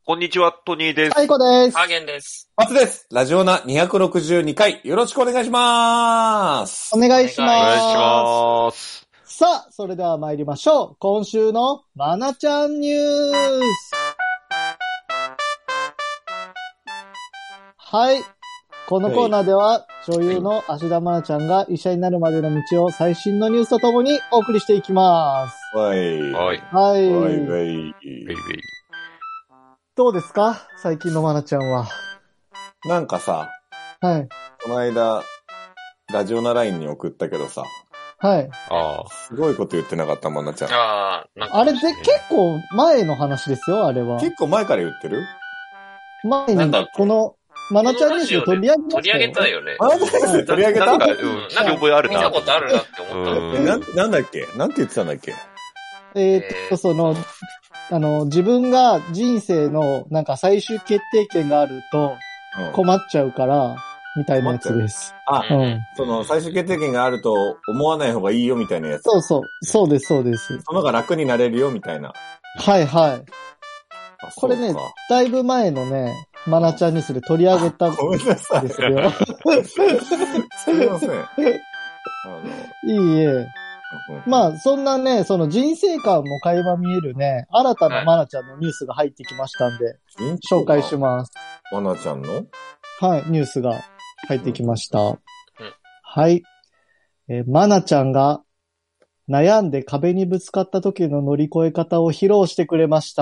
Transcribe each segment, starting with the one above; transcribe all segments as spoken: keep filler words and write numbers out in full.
こんにちは、トニーです。 サイコです。 ハーゲンです。 松です。ラジオナにひゃくろくじゅうにかい、よろしくお願いしまーす。 お願いします。 お願いします。 さあ、それでは参りましょう。今週のマナちゃんニュース。はい。このコーナーでは、女優の芦田愛菜ちゃんが医者になるまでの道を最新のニュースとともにお送りしていきます。 はい。 はい。 はい。 はい。はい。 ウェイウェイ。 どうですか最近の愛菜ちゃんは。 なんかさ、 はい。 この間、ラジオナラインに送ったけどさ、 はい。 ああ。 すごいこと言ってなかった、愛菜ちゃん。 ああ、なんか、 あれで結構前の話ですよ、あれは。 結構前から言ってる？ 前になんだっけこの、マナちゃんニュースで取り上げましたよ。 取り上げたよね。 あなたです取り上げたなんか、 ううんん、なんか覚えあるな。 見たことあるなって思ったの。 うんな、なんだっけなんて言ってたんだっけえーっと、その、あの、自分が人生のなんか最終決定権があるとうん。 困っちゃうから、みたいなやつです。 あ、 う。 うんその、最終決定権があると思わない方がいいよみたいなやつ。 そうそう。そうです、そうです。 その方が楽になれるよみたいな。 はいはい。 あこれねそうか、 だいぶ前のね、マナちゃんニュースで取り上げたんごめんなさい。 ですよ。 すみません。あの、 いいえ。 うんまあ、そんなね、その人生観も垣間見えるね、新たなマナちゃんのニュースが入ってきましたんで、紹介します。 マナちゃんのはい、ニュースが入ってきました。はい。えーマナちゃんが悩んで壁にぶつかった時の乗り越え方を披露してくれました。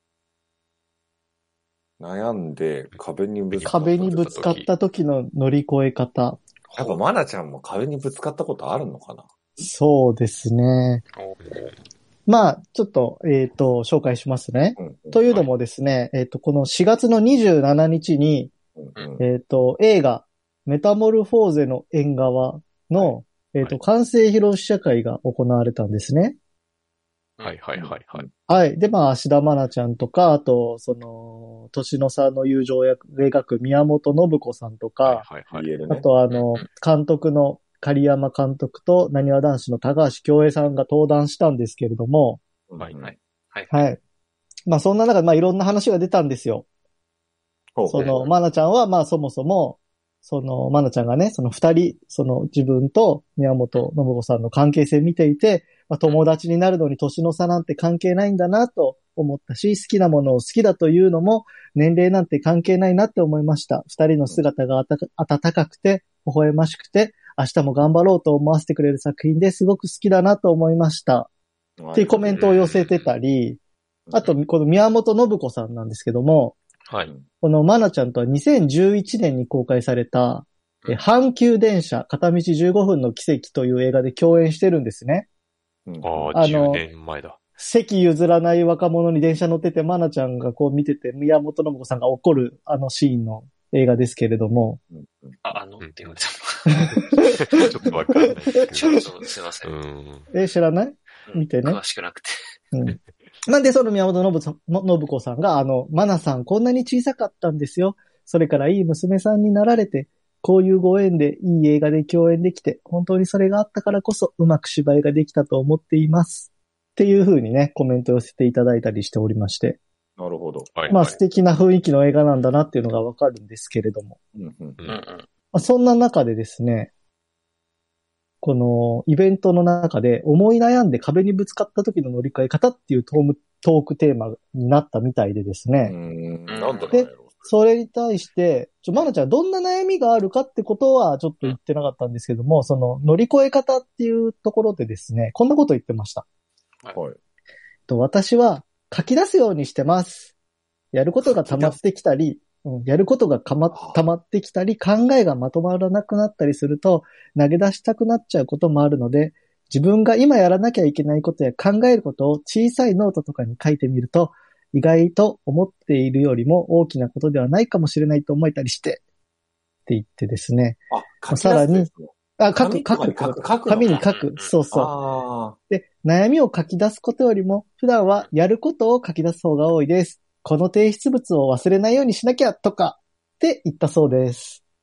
悩んで壁にぶつかった。 壁にぶつかった時の乗り越え方。 やっぱマナちゃんも壁にぶつかったことあるのかな？ そうですね。まあ、ちょっと、えっ、と、紹介しますね。 うん。 というのもですね、えっ、と、このしがつのにじゅうしちにちに、 うん。 えっ、と、映画、メタモルフォーゼの縁側の、えっ、と、完成披露試写会が行われたんですね。 はいはいはいはい。 はい。で、まあ、芦田愛菜ちゃんとか、あと、その、年の差の友情を描く宮本信子さんとか、 はいはい言えるね。 あとあの、監督の狩山監督と、なにわ男子の高橋恭平さんが登壇したんですけれども、 はいはい。はい。 はい。まあ、そんな中で、まあ、いろんな話が出たんですよ。 ほうほそうの、愛菜ちゃんは、まあ、そもそも、その、愛菜ちゃんがね、その二人、その自分と宮本信子さんの関係性見ていて、まあ、友達になるのに年の差なんて関係ないんだなと思ったし、好きなものを好きだというのも年齢なんて関係ないなって思いました。二人の姿があた温かくて、微笑ましくて、明日も頑張ろうと思わせてくれる作品ですごく好きだなと思いました。っていうコメントを寄せてたり、あと、この宮本信子さんなんですけども、 はい。 このマナちゃんとはにせんじゅういちねんに公開された、え阪急電車片道じゅうごふんの奇跡という映画で共演してるんですね。 ああ、 あのじゅうねんまえだ。 席譲らない若者に電車乗ってて、マナちゃんがこう見てて、宮本信子さんが怒るあのシーンの映画ですけれども。 あ、あのって言われたちょっとわかんないですけど。 ちょっとすいません。 うん。 え、知らない見てね詳しくなくて。 うん。なんでその宮本信子信子さんが、あの、マナさんこんなに小さかったんですよ。それからいい娘さんになられて、こういうご縁でいい映画で共演できて、本当にそれがあったからこそうまく芝居ができたと思っています。っていう風にね、コメントを寄せていただいたりしておりまして。 なるほど。 はい。 まあ素敵な雰囲気の映画なんだなっていうのがわかるんですけれども。 うんうんううんんうん。 まあ、そんな中でですね、このイベントの中で思い悩んで壁にぶつかった時の乗り換え方っていうトームトークテーマになったみたいでですうね。 ん。なんだろうね。 それに対して、ちょ、まなちゃんどんな悩みがあるかってことはちょっと言ってなかったんですけども、その乗り越え方っていうところでですね、こんなこと言ってました。 はい。 と私は書き出すようにしてます。やることが溜まってきたり、うん、やることがかま、溜まってきたり、考えがまとまらなくなったりすると、投げ出したくなっちゃうこともあるので、自分が今やらなきゃいけないことや考えることを小さいノートとかに書いてみると、意外と思っているよりも大きなことではないかもしれないと思えたりして、って言ってですね。 あ、書き出すさらにあ、書く、書く、 紙とかに書く書くの紙に書く。そうそう。 あで、悩みを書き出すことよりも、普段はやることを書き出す方が多いです。この提出物を忘れないようにしなきゃとかって言ったそうです。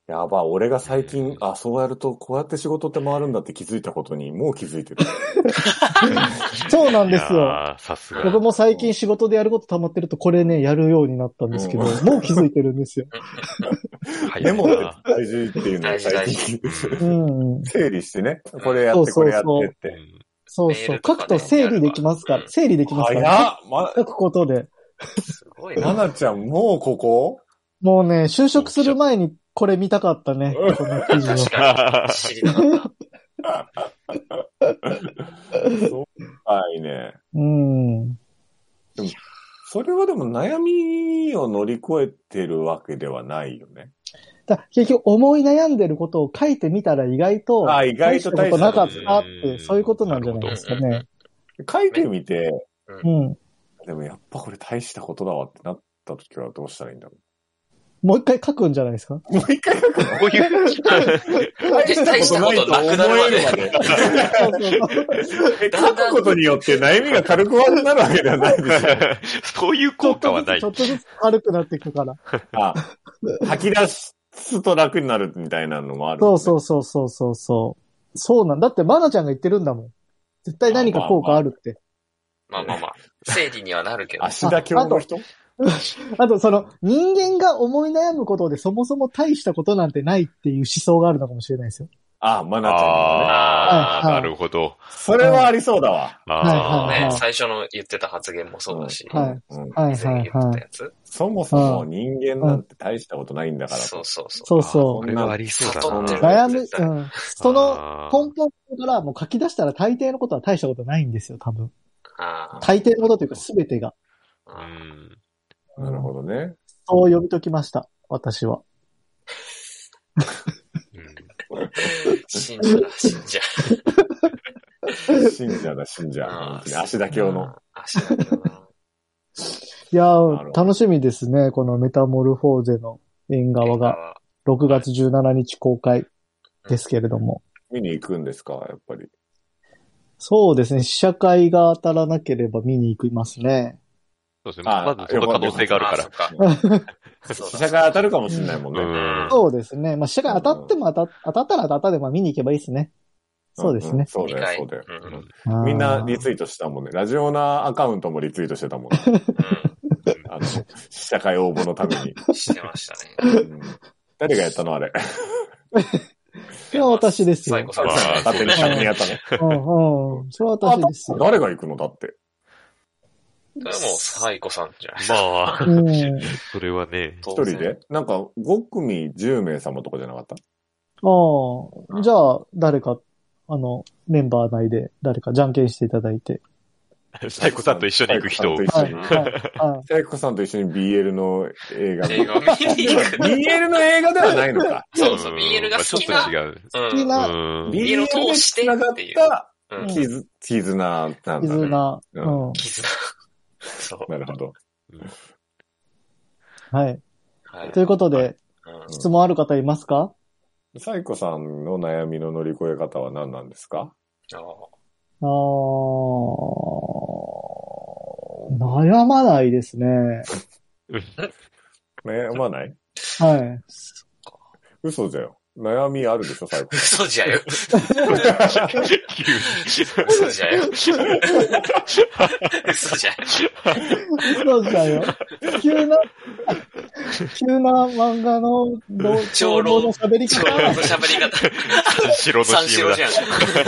やば、俺が最近、あ、そうやると、こうやって仕事って回るんだって気づいたことに、もう気づいてる。 そうなんですよ。 ああ、さすが。 僕も最近仕事でやること溜まってると、これね、やるようになったんですけど、 うんもう気づいてるんですよ。 早いなメモって大事っていうのを最近、 うん。 整理してね、これやって、これやってって。 そうそう。書くと整理できますから、整理できますから、 早っま、 書くことで。 すごいな。 まなちゃん、もうここもうね、就職する前にこれ見たかったね。この記事を。 確かに。知りたかった。 そうかいね。 うん。 それはでも悩みを乗り越えてるわけではないよね。 だ結局思い悩んでることを書いてみたら意外と、 あ意外と大したことなかったっうんて、そういうことなんじゃないですかね。 書いてみて、 うん。 でもやっぱこれ大したことだわってなった時はどうしたらいいんだろもう一回書くんじゃないですか。 う。もう一回書くのこういう、 大したことないと思えるまで。 そうそうそうえ書くことによって悩みが軽くなるわけではないでしょ。 そういう効果はないちょ。っとずつ軽くなっていくから。 あ、吐き出すと楽になるみたいなのもある、ね。 そうそうそうそうそうそう。そうなんだって、マナちゃんが言ってるんだもん。絶対何か効果あるって。 まあまあまあ、整理にはなるけど。 足田教の人あと、その、人間が思い悩むことでそもそも大したことなんてないっていう思想があるのかもしれないですよ。 あ、まなちゃんのね。 ああ、 はいなるほど。 それはありそうだわ。 あはいね、最初の言ってた発言もそうだし、 はい。 うんはい以前はいはい言ってたや。つ。 そもそも人間なんて大したことないんだからと。 そうそうそう。 そうあ、 そこれはありそうだな。 悟ってるう。悩む、 絶対うん。そのあー根本からもう書き出したら大抵のことは大したことないんですよ、多分。 あ大抵のことというか全てが。 うあ。 ん。 なるほどね。 そう読み解きました、私は。 うん信者だ、信者。 信者だ、信者。 あー本当に足田教の。 足だけどな。 いやなるほー、 ど楽しみですね、このメタモルフォーゼの縁側がろくがつじゅうしちにち公開ですけれども。 見に行くんですか、やっぱり。 そうですね、試写会が当たらなければ見に行きますね。 そうですね。 あまずその可能性があるから。 あそっか。そうだ試写会当たるかもしれないもんね。 うんそうですね。まあ、試写会当たっても当た当たったら当たったで、まあ見に行けばいいですね。そうですね。 そうだよ、 二回そうだよ。 うんうんみんなリーツイートしたもんね。ラジオナアカウントもリツイートしてたもんね。あの、試写会応募のために。 うん。してましたね。 うん誰がやったのあれ。 いや、私ですよ。 最後さん。 まあ勝手に勝手にやったの。 うんうん。それは私ですよ。 誰が行くのだって。 それはもう、サイコさんじゃない。 まあ、 うん。 それはね。 当然一人でなんかごくみじゅうめい様とかじゃなかったああ、じゃあ、誰か、あの、メンバー内で誰かじゃんけんしていただいて。 サイコさんと一緒に行く人を。 はい、 サイコはい、はい。 サイコさんと一緒に ビーエル の映画。 映画を見に行く。 ビーエル の映画ではないのか。 そうそう、ビーエル が好きな。 まあちょっと違う。 うん。 好きなうん。 ビーエル を通して繋がっっていうたうん。 絆、絆なんだね。 絆。 ううん。 絆。そう。 なるほど。 はい。 はい。 ということで、 うん質問ある方いますか？ サイコさんの悩みの乗り越え方は何なんですか？ あーあー、悩まないですね。 悩まないはい。 嘘じゃよ。悩みあるでしょ、サイコさん。 嘘じゃよ。 急に。 嘘じゃよ。嘘じゃよ。 そうじゃよ。急な、急な漫画の同長老の喋りそう、 方。 喋り方。 白の三シームだ四郎じ。ゃん。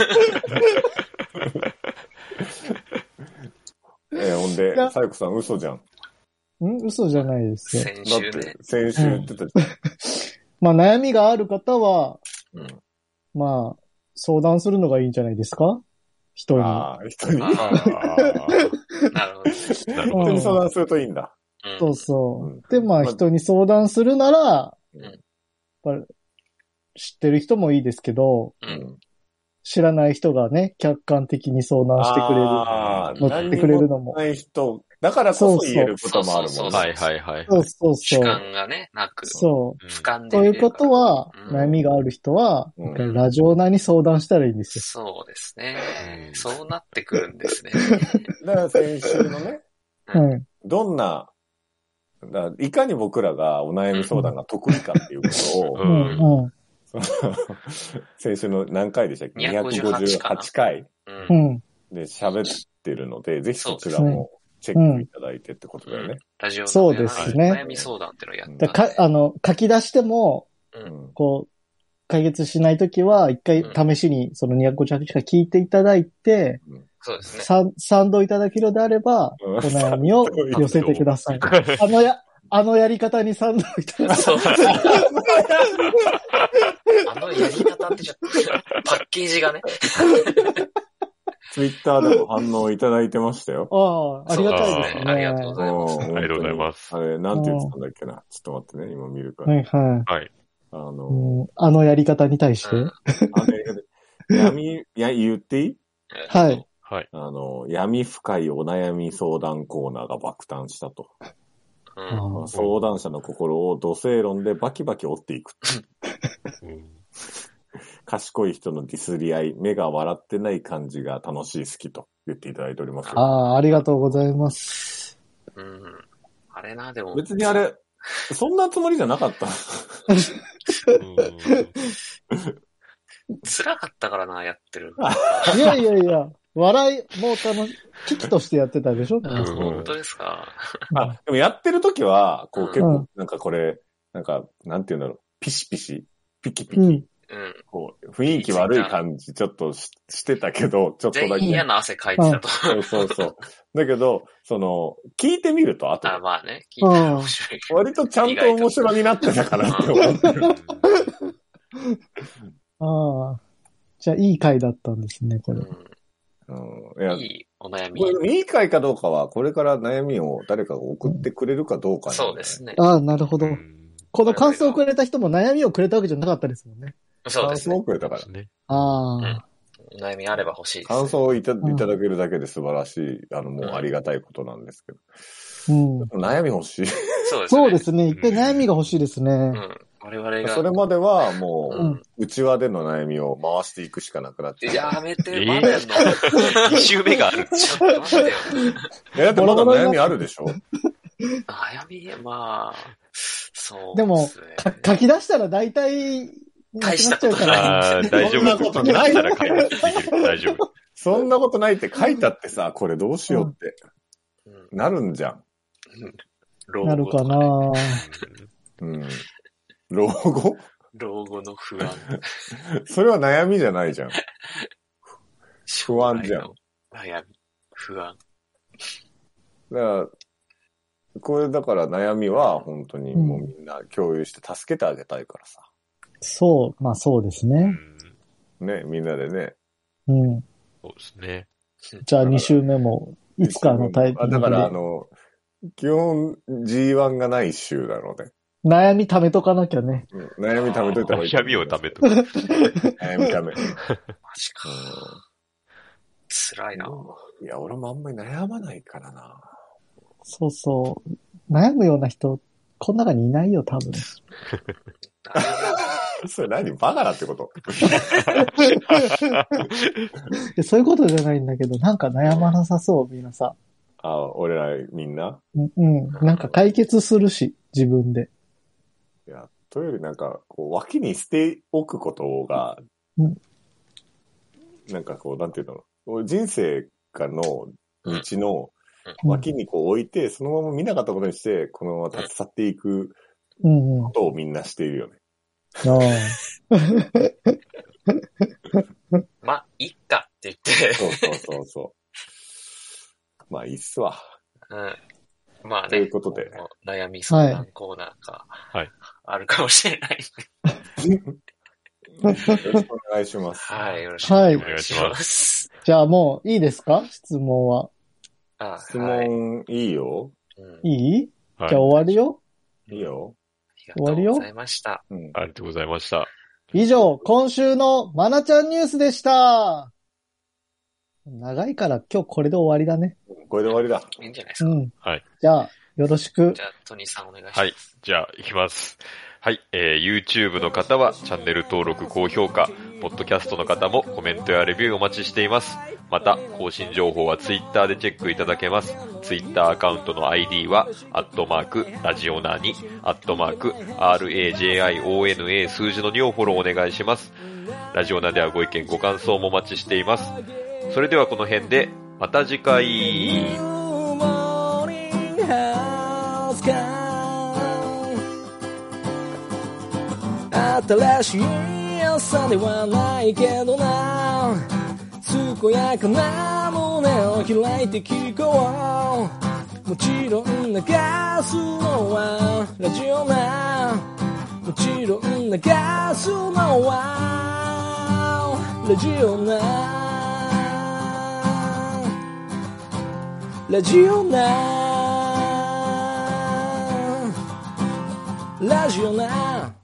えー、ほんでいや、 サイコさん嘘じゃん。 ん嘘じゃないですよ。 先だっ週ねて。、先週言ってたじまあ悩みがある方は、 ゃん。うん。 まあ、相談するのがいいんじゃないですか？人に。 ああ、人に、 ああーなるほど。 ーなるほど。 人に相談するといいんだ。 うんそうそう。 うんで、まあ人に相談するなら、 うんやっぱり知ってる人もいいですけど、 う。 うんん。 知らない人がね、客観的に相談してくれる。 ああ、 乗ってくれるのも何にない人、だからこそ言えることもあるもんね。 はいはいはい。 そうそう主そう。 観がね、なく、 そうん俯瞰う。 で見れるから。 ということは、 うん悩みがある人は、 うんやっぱりラジオナに相談したらいいんですよ。 そうですね。 うんそうなってくるんですね。 だから先週のね、 はい。 どんなだからいかに僕らがお悩み相談が得意かっていうことを、 ううんん、うん、 その先週の何回でしたっけ ?にひゃくごじゅうはち 回う。 うんん。 で喋ってるので、ぜひそちらそうですもチェックいただいてってことだよね。 ラジオのそうですね悩み相談っていうのをやったんで。 だか、あの、書き出しても、 うんこう、解決しないときは、一回試しにそのにひゃくごじゅうはち回聞いていただいて、 そうですね。 賛賛同いただけるのであれば、 うんお悩みを寄せてください。あのや、あのやり方に賛同いただきそうですね。あのやり方ってちょっと、パッケージがね。 ツイッターでも反応いただいてましたよ。 ああ、ありがたいですね。 ありがとうございます。 うんありがとうございますあれ、なんて言ってたんだっけな。ちょっと待ってね、今見るから。 はいはい。 はい。 あの、 うん、あのやり方に対して。 うんあの映画で、闇、や、言っていいはい。 はい。 あの、闇深いお悩み相談コーナーが爆誕したと。 うん。 あ相談者の心を土星論でバキバキ折っていく。 うん賢い人のディスり合い、目が笑ってない感じが楽しい好きと言っていただいておりますよ。 あー、ありがとうございます。 うん。あれな、でも。 別にあれ、そんなつもりじゃなかった。 辛かったからな、やってる。 いやいやいや、笑い、もう楽し、危機としてやってたでしょ、 うんうん本当ですか。 あ、でもやってる時は、こう結構うん、 なんかこれ、なんか、なんて言うんだろう、ピシピシ、ピキピキ、 うん。 うん。 こう、雰囲気悪い感じちょっとししてたけど、ちょっとだけ。 全員嫌な汗かいてたと。 そうそうそう。だけど、その、聞いてみると、あと、 あ、まあね。聞いたら面白い。 割とちゃんと面白になってたかなって思ってる。 ああ。じゃあ、いい回だったんですね、これ。 うん、いや、 うん。いいお悩みこ。れいい回かどうかは、これから悩みを誰かが送ってくれるかどうか、ね、 そうですね。 ああ、なるほど。 うんこの感想をくれた人も悩みをくれたわけじゃなかったですもんね。 そうですね。 感想をくれたから。 ね。 ああ。 お悩みあれば欲しいです。 感想をいたいただけるだけで素晴らしい、あの、もうありがたいことなんですけど。 うん。 悩み欲しい。 そうですね。 そうですね。一回悩みが欲しいですね。 うん。我々が。 それまではもう、 うん。 内輪での悩みを回していくしかなくなっちゃう。 やめて、 えーまだやんの。 二週目がある。 ちょっと待ってよ。 え、だってまだ悩みあるでしょ悩み、まあ、そうでもですね。 か書き出したら大体、なくなっちゃうから。 ああ、大丈夫。 そんなことないだったら解決できる。大丈夫。 そんなことないって書いたってさ、これどうしようって、 うんなるんじゃん。 老後なるかな。 うん。老後老後の不安。 それは悩みじゃないじゃん。不安じゃん。 悩み、不安。 だから、これだから悩みは本当にもうみんな共有して助けてあげたいからさ。 そう、まあそうですうね。 んね、みんなでね。 うん。 そうですね。 じゃあに週目も、いつかのタイミングで。 あだからあの、基本 ジーワン がない週なので。 悩み貯めとかなきゃね。 うん悩み貯めといた方がいい。 悩みを貯めとく。 悩み貯め。 マジか。辛いな。 いや、俺もあんまり悩まないからな。 そうそう。悩むような人、この中にいないよ、多分。 それ何バカだってことでそういうことじゃないんだけど、なんか悩まなさそう、みんなさ。 あ、俺らみんなうん、うん。なんか解決するし、自分で。 いや、というよりなんか、こう、脇に捨ておくことが、 うんなんかこう、なんていうの、俺人生からの道のうん脇にこう置いて、そのまま見なかったことにして、このまま立ち去っていくうんうん。 ことをみんなしているよね。 あまあ、いっかって言って。 そうそうそうそう。まあ、いいっすわ。 うん。まあね。 ということでもう悩み相談コーナーが、 はいあるかもしれない。 よろしくお願いします。 はい。よろしくお願いしはいます。 あ。じゃあもういいですか質問は。 あ質はい。 問いいよ。 うんいいはい。 じゃあ終わるよ。 いいよ。 ありがとうございました。 うん。 ありがとうございました。 以上、今週のまなちゃんニュースでした。長いから今日これで終わりだね。 これで終わりだ。 いいんじゃないですか。 うん。 はい。 じゃあ、よろしくじ。ゃあ、トニーさんお願いします。 はい。じゃあ、いきます。 はい、えー、YouTube の方はチャンネル登録、高評価、ポッドキャストの方もコメントやレビューお待ちしています。また、更新情報は Twitter でチェックいただけます。Twitter アカウントの アイディー は、アットマーク、ラジオナに、アットマーク、アールエージェーアイオーエヌエー 数字のにをフォローお願いします。ラジオナではご意見、ご感想もお待ちしています。それではこの辺で、また次回。 新しい朝ではないけどな、健やかな胸を開いて聞こう。もちろん流すのはラジオな、もちろん流すのはラジオな、ラジオな、ラジオな。